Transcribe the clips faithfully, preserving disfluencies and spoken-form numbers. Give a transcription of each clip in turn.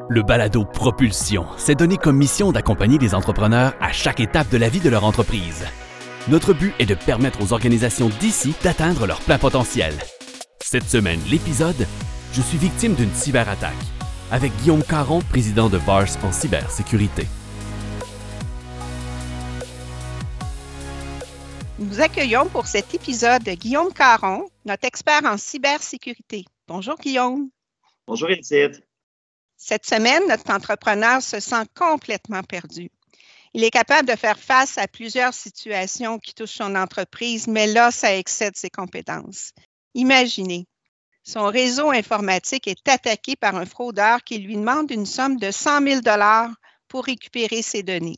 Le balado Propulsion s'est donné comme mission d'accompagner les entrepreneurs à chaque étape de la vie de leur entreprise. Notre but est de permettre aux organisations d'ici d'atteindre leur plein potentiel. Cette semaine, l'épisode « Je suis victime d'une cyberattaque » avec Guillaume Caron, président de Vars en cybersécurité. Nous accueillons pour cet épisode Guillaume Caron, notre expert en cybersécurité. Bonjour Guillaume. Bonjour Edith. Cette semaine, notre entrepreneur se sent complètement perdu. Il est capable de faire face à plusieurs situations qui touchent son entreprise, mais là, ça excède ses compétences. Imaginez, son réseau informatique est attaqué par un fraudeur qui lui demande une somme de cent mille dollars pour récupérer ses données.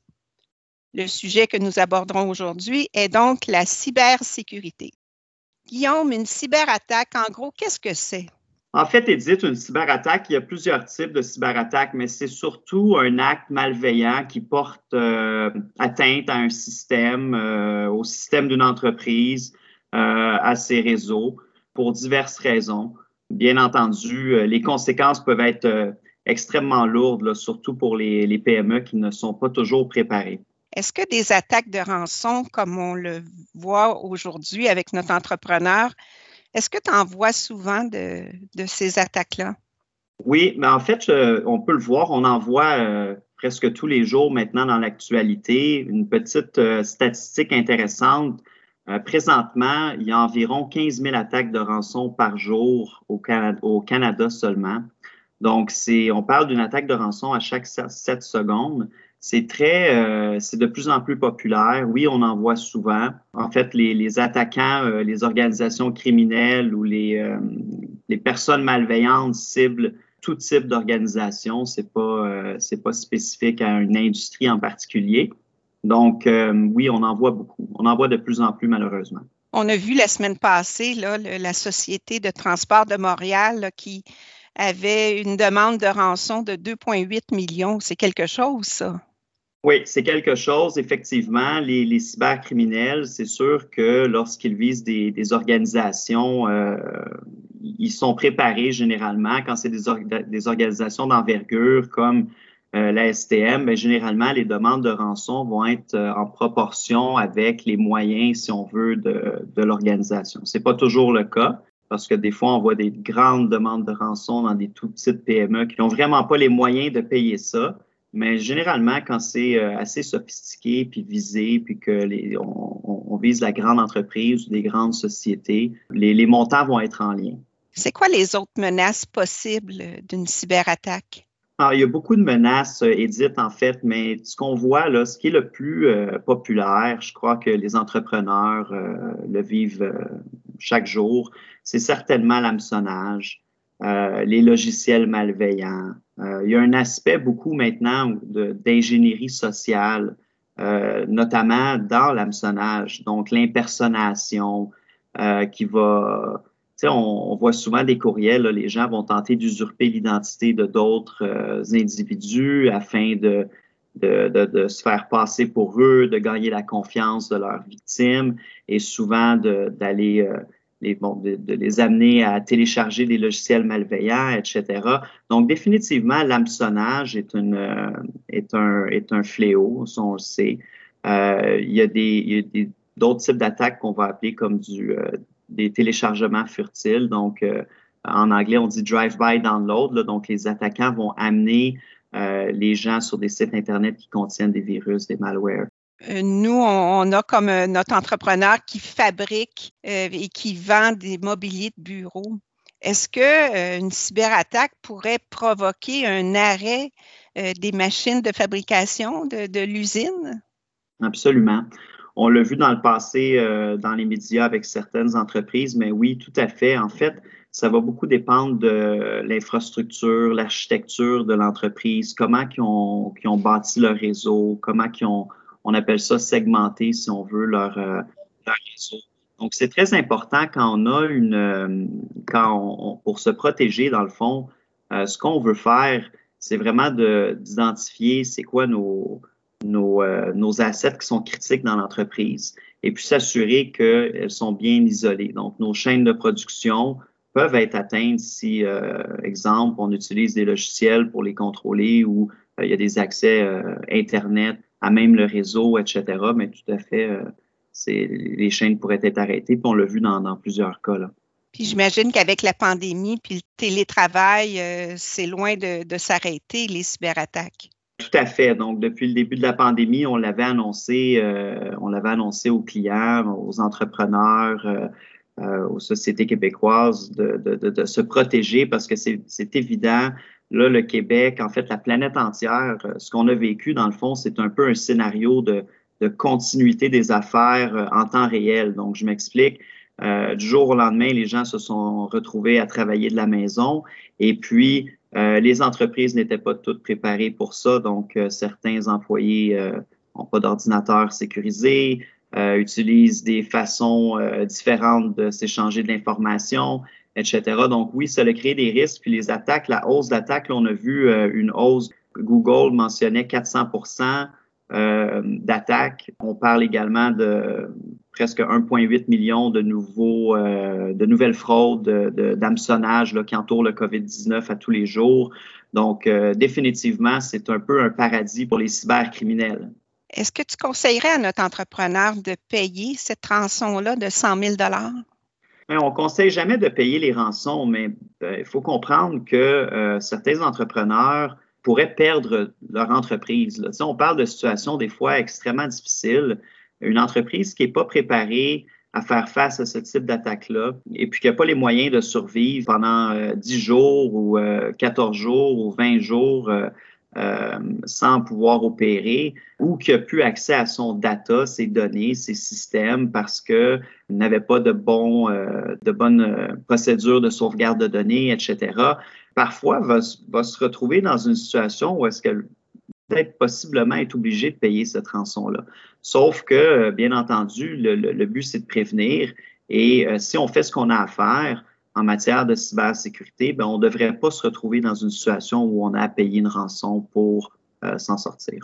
Le sujet que nous aborderons aujourd'hui est donc la cybersécurité. Guillaume, une cyberattaque, en gros, qu'est-ce que c'est? En fait, Edith, une cyberattaque, il y a plusieurs types de cyberattaques, mais c'est surtout un acte malveillant qui porte euh, atteinte à un système, euh, au système d'une entreprise, euh, à ses réseaux, pour diverses raisons. Bien entendu, euh, les conséquences peuvent être euh, extrêmement lourdes, là, surtout pour les, les P M E qui ne sont pas toujours préparées. Est-ce que des attaques de rançon, comme on le voit aujourd'hui avec notre entrepreneur, est-ce que tu en vois souvent de, de ces attaques-là? Oui, mais en fait, euh, on peut le voir, on en voit euh, presque tous les jours maintenant dans l'actualité. Une petite euh, statistique intéressante. Euh, présentement, il y a environ quinze mille attaques de rançon par jour au Canada, au Canada seulement. Donc, c'est, on parle d'une attaque de rançon à chaque sept secondes. C'est très, euh, c'est de plus en plus populaire. Oui, on en voit souvent. En fait, les, les attaquants, euh, les organisations criminelles ou les, euh, les personnes malveillantes ciblent tout type d'organisation. C'est pas, euh, c'est pas spécifique à une industrie en particulier. Donc, euh, oui, on en voit beaucoup. On en voit de plus en plus, malheureusement. On a vu la semaine passée là, le, la Société de transport de Montréal là, qui avait une demande de rançon de deux virgule huit millions. C'est quelque chose, ça? Oui, c'est quelque chose. Effectivement, les, les cybercriminels, c'est sûr que lorsqu'ils visent des, des organisations, euh, ils sont préparés généralement. Quand c'est des, orga- des organisations d'envergure comme euh, la S T M, bien, généralement, les demandes de rançon vont être euh, en proportion avec les moyens, si on veut, de, de l'organisation. C'est pas toujours le cas. Parce que des fois, on voit des grandes demandes de rançon dans des tout petites P M E qui n'ont vraiment pas les moyens de payer ça. Mais généralement, quand c'est assez sophistiqué puis visé, puis que les, on, on vise la grande entreprise ou des grandes sociétés, les, les montants vont être en lien. C'est quoi les autres menaces possibles d'une cyberattaque? Alors, il y a beaucoup de menaces, Edith, en fait, mais ce qu'on voit, là, ce qui est le plus euh, populaire, je crois que les entrepreneurs euh, le vivent euh, chaque jour, c'est certainement l'hameçonnage, euh, les logiciels malveillants. Euh, il y a un aspect beaucoup maintenant de, d'ingénierie sociale, euh, notamment dans l'hameçonnage, donc l'impersonnation euh, qui va... Tu sais, on, on voit souvent des courriels, là, les gens vont tenter d'usurper l'identité de d'autres euh, individus afin de, de, de, de se faire passer pour eux, de gagner la confiance de leurs victimes et souvent de, d'aller... Euh, Les, bon, de, de les amener à télécharger des logiciels malveillants, et cetera. Donc, définitivement, l'hameçonnage est, une, euh, est, un, est un fléau, ça on le sait. Euh, il y a, des, il y a des, d'autres types d'attaques qu'on va appeler comme du, euh, des téléchargements furtifs. Donc, euh, en anglais, on dit drive-by download. Là, donc, les attaquants vont amener euh, les gens sur des sites Internet qui contiennent des virus, des malwares. Nous, on a comme notre entrepreneur qui fabrique euh, et qui vend des mobiliers de bureau. Est-ce que euh, une cyberattaque pourrait provoquer un arrêt euh, des machines de fabrication de, de l'usine? Absolument. On l'a vu dans le passé euh, dans les médias avec certaines entreprises, mais oui, tout à fait. En fait, ça va beaucoup dépendre de l'infrastructure, l'architecture de l'entreprise, comment ils ont, qu'ils ont bâti leur réseau, comment ils ont on appelle ça segmenter, si on veut, leur, euh, leur réseau. Donc, c'est très important quand on a une, euh, quand on, pour se protéger, dans le fond, euh, ce qu'on veut faire, c'est vraiment de, d'identifier c'est quoi nos, nos, euh, nos assets qui sont critiques dans l'entreprise et puis s'assurer qu'elles sont bien isolées. Donc, nos chaînes de production, peuvent être atteintes si, euh, exemple, on utilise des logiciels pour les contrôler ou euh, il y a des accès euh, Internet à même le réseau, et cetera. Mais tout à fait, euh, c'est, les chaînes pourraient être arrêtées, puis on l'a vu dans, dans plusieurs cas, là. Puis j'imagine qu'avec la pandémie puis le télétravail, euh, c'est loin de, de s'arrêter, les cyberattaques. Tout à fait. Donc, depuis le début de la pandémie, on l'avait annoncé, euh, on l'avait annoncé aux clients, aux entrepreneurs, euh, euh, aux sociétés québécoises de, de, de, de se protéger parce que c'est, c'est évident. Là, le Québec, en fait, la planète entière, ce qu'on a vécu, dans le fond, c'est un peu un scénario de, de continuité des affaires en temps réel. Donc, je m'explique. Euh, du jour au lendemain, les gens se sont retrouvés à travailler de la maison et puis euh, les entreprises n'étaient pas toutes préparées pour ça. Donc, euh, certains employés n'ont euh, pas d'ordinateur sécurisé, euh, utilisent des façons euh, différentes de s'échanger de l'information, et cetera. Donc, oui, ça a créé des risques. Puis les attaques, la hausse d'attaques, là, on a vu euh, une hausse. Google mentionnait quatre cents pour cent euh, d'attaques. On parle également de presque un virgule huit million de nouveaux, euh, de nouvelles fraudes, de, de, d'hameçonnage là, qui entourent le covid dix-neuf à tous les jours. Donc, euh, définitivement, c'est un peu un paradis pour les cybercriminels. Est-ce que tu conseillerais à notre entrepreneur de payer cette rançon-là de cent mille dollars? On ne conseille jamais de payer les rançons, mais euh, il faut comprendre que euh, certains entrepreneurs pourraient perdre leur entreprise. Là. Tu sais, on parle de situations des fois extrêmement difficiles. Une entreprise qui n'est pas préparée à faire face à ce type d'attaque-là et puis qui n'a pas les moyens de survivre pendant euh, dix jours ou euh, quatorze jours ou vingt jours euh, euh, sans pouvoir opérer ou qui n'a plus accès à son data, ses données, ses systèmes parce qu'il n'avait pas de, bon, euh, de bonnes euh, procédures de sauvegarde de données, et cetera, parfois va, va se retrouver dans une situation où est-ce qu'elle peut-être possiblement être obligé de payer cette rançon-là. Sauf que, bien entendu, le, le, le but, c'est de prévenir. Et euh, si on fait ce qu'on a à faire en matière de cybersécurité, bien, on ne devrait pas se retrouver dans une situation où on a à payer une rançon pour euh, s'en sortir.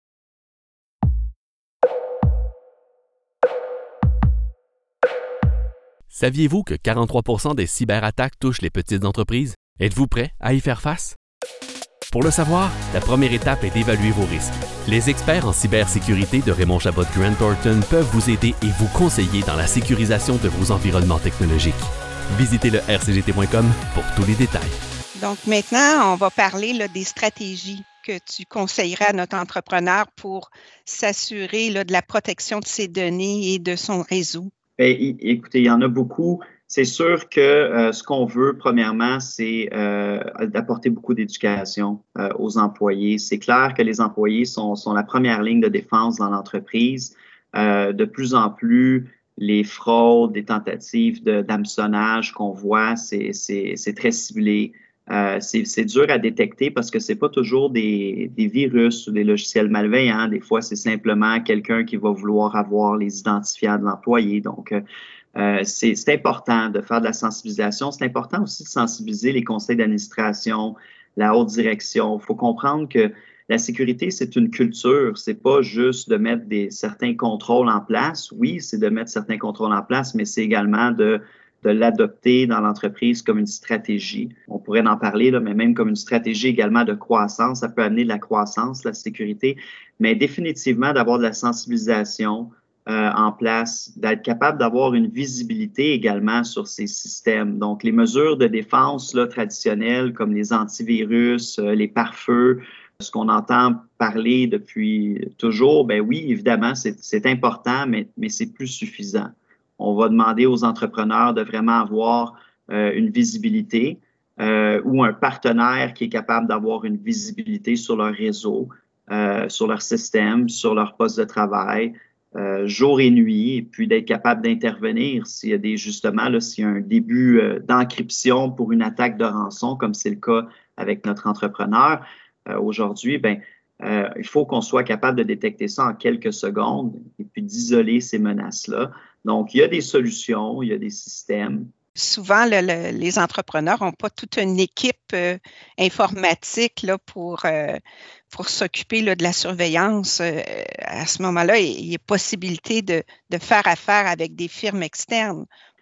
Saviez-vous que quarante-trois pour cent des cyberattaques touchent les petites entreprises? Êtes-vous prêt à y faire face? Pour le savoir, la première étape est d'évaluer vos risques. Les experts en cybersécurité de Raymond Chabot Grant Thornton peuvent vous aider et vous conseiller dans la sécurisation de vos environnements technologiques. Visitez le r c g t point com pour tous les détails. Donc maintenant, on va parler là, des stratégies que tu conseillerais à notre entrepreneur pour s'assurer là, de la protection de ses données et de son réseau. Bien, écoutez, il y en a beaucoup. C'est sûr que euh, ce qu'on veut, premièrement, c'est euh, d'apporter beaucoup d'éducation euh, aux employés. C'est clair que les employés sont, sont la première ligne de défense dans l'entreprise. Euh, de plus en plus, les fraudes, les tentatives de, d'hameçonnage qu'on voit, c'est, c'est, c'est très ciblé. Euh, c'est, c'est dur à détecter parce que c'est pas toujours des, des virus ou des logiciels malveillants. Des fois, c'est simplement quelqu'un qui va vouloir avoir les identifiants de l'employé. Donc, euh, Euh, c'est, c'est important de faire de la sensibilisation. C'est important aussi de sensibiliser les conseils d'administration, la haute direction. Il faut comprendre que la sécurité, c'est une culture. C'est pas juste de mettre des, certains contrôles en place. Oui, c'est de mettre certains contrôles en place, mais c'est également de, de l'adopter dans l'entreprise comme une stratégie. On pourrait en parler, là, mais même comme une stratégie également de croissance. Ça peut amener de la croissance, la sécurité, mais définitivement d'avoir de la sensibilisation Euh, en place, d'être capable d'avoir une visibilité également sur ces systèmes. Donc, les mesures de défense là, traditionnelles comme les antivirus, euh, les pare-feux, ce qu'on entend parler depuis toujours, ben oui, évidemment, c'est, c'est important, mais, mais c'est plus suffisant. On va demander aux entrepreneurs de vraiment avoir euh, une visibilité euh, ou un partenaire qui est capable d'avoir une visibilité sur leur réseau, euh, sur leur système, sur leur poste de travail, Euh, jour et nuit, et puis d'être capable d'intervenir s'il y a des, justement, là, s'il y a un début euh, d'encryption pour une attaque de rançon, comme c'est le cas avec notre entrepreneur euh, aujourd'hui, ben, euh, il faut qu'on soit capable de détecter ça en quelques secondes et puis d'isoler ces menaces-là. Donc, il y a des solutions, il y a des systèmes. Souvent, le, le, les entrepreneurs n'ont pas toute une équipe euh, informatique là, pour, euh, pour s'occuper là, de la surveillance. Euh, à ce moment-là, il y a possibilité de, de faire affaire avec des firmes externes.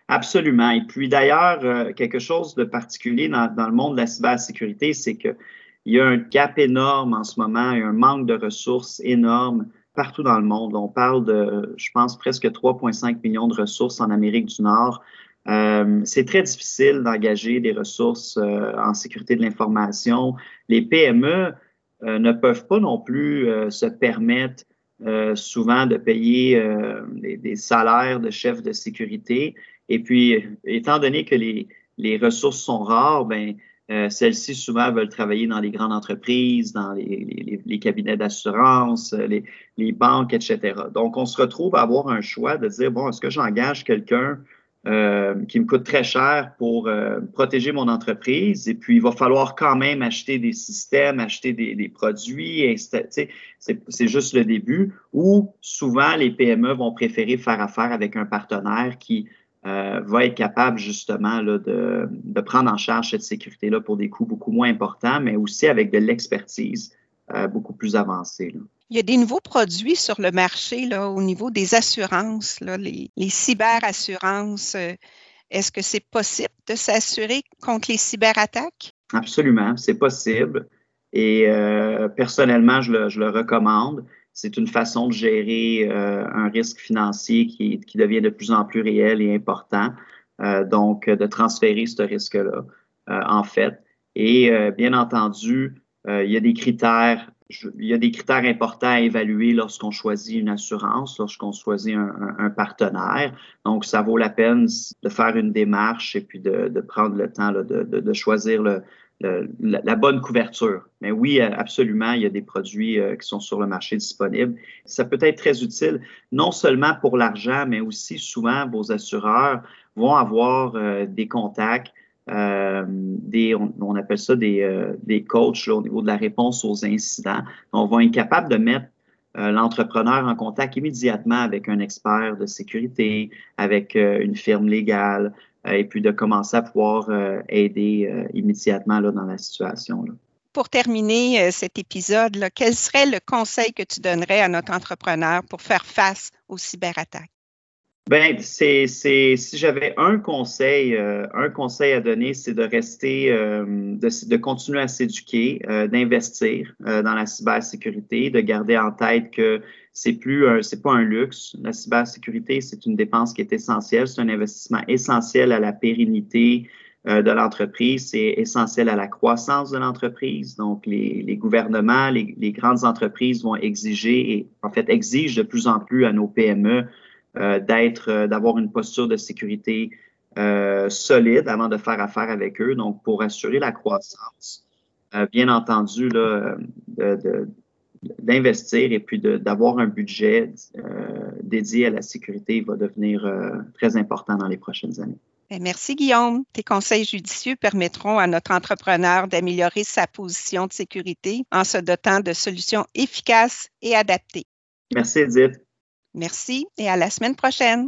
Absolument. Et puis d'ailleurs, euh, quelque chose de particulier dans, dans le monde de la cybersécurité, c'est qu'il y a un gap énorme en ce moment, il y a un manque de ressources énorme partout dans le monde. On parle de, je pense, presque trois virgule cinq millions de ressources en Amérique du Nord. Euh, c'est très difficile d'engager des ressources euh, en sécurité de l'information. Les P M E euh, ne peuvent pas non plus euh, se permettre euh, souvent de payer euh, des, des salaires de chefs de sécurité. Et puis, étant donné que les, les ressources sont rares, ben, euh, celles-ci souvent veulent travailler dans les grandes entreprises, dans les, les, les cabinets d'assurance, les, les banques, et cetera. Donc, on se retrouve à avoir un choix de dire, bon, est-ce que j'engage quelqu'un Euh, qui me coûte très cher pour euh, protéger mon entreprise, et puis il va falloir quand même acheter des systèmes, acheter des, des produits, et c'est, c'est juste le début, ou souvent les P M E vont préférer faire affaire avec un partenaire qui euh, va être capable justement là, de, de prendre en charge cette sécurité-là pour des coûts beaucoup moins importants, mais aussi avec de l'expertise euh, beaucoup plus avancée, là. Il y a des nouveaux produits sur le marché là, au niveau des assurances, là, les, les cyberassurances. Est-ce que c'est possible de s'assurer contre les cyberattaques? Absolument, c'est possible. Et euh, personnellement, je le, je le recommande. C'est une façon de gérer euh, un risque financier qui, qui devient de plus en plus réel et important. Euh, donc, de transférer ce risque-là, euh, en fait. Et euh, bien entendu, euh, il y a des critères. Je, il y a des critères importants à évaluer lorsqu'on choisit une assurance, lorsqu'on choisit un, un, un partenaire. Donc, ça vaut la peine de faire une démarche et puis de, de prendre le temps là, de, de, de choisir le, le, la, la bonne couverture. Mais oui, absolument, il y a des produits euh, qui sont sur le marché disponibles. Ça peut être très utile, non seulement pour l'argent, mais aussi souvent vos assureurs vont avoir euh, des contacts. Euh, des, on, on appelle ça des, euh, des coachs là, au niveau de la réponse aux incidents. On va être capable de mettre euh, l'entrepreneur en contact immédiatement avec un expert de sécurité, avec euh, une firme légale, euh, et puis de commencer à pouvoir euh, aider euh, immédiatement là, dans la situation, là. Pour terminer euh, cet épisode, là, quel serait le conseil que tu donnerais à notre entrepreneur pour faire face aux cyberattaques? Ben, c'est, c'est, si j'avais un conseil, euh, un conseil à donner, c'est de rester, euh, de, de continuer à s'éduquer, euh, d'investir euh, dans la cybersécurité, de garder en tête que c'est plus, un, c'est pas un luxe. La cybersécurité, c'est une dépense qui est essentielle, c'est un investissement essentiel à la pérennité euh, de l'entreprise, c'est essentiel à la croissance de l'entreprise. Donc, les, les gouvernements, les, les grandes entreprises vont exiger et en fait exigent de plus en plus à nos P M E Euh, d'être, euh, d'avoir une posture de sécurité euh, solide avant de faire affaire avec eux. Donc, pour assurer la croissance, euh, bien entendu, là, de, de, d'investir et puis de, d'avoir un budget euh, dédié à la sécurité va devenir euh, très important dans les prochaines années. Merci Guillaume. Tes conseils judicieux permettront à notre entrepreneur d'améliorer sa position de sécurité en se dotant de solutions efficaces et adaptées. Merci Edith. Merci et à la semaine prochaine.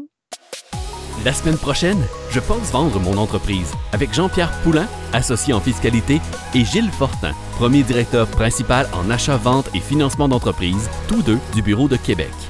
La semaine prochaine, je pense vendre mon entreprise avec Jean-Pierre Poulain, associé en fiscalité, et Gilles Fortin, premier directeur principal en achat, vente et financement d'entreprise, tous deux du bureau de Québec.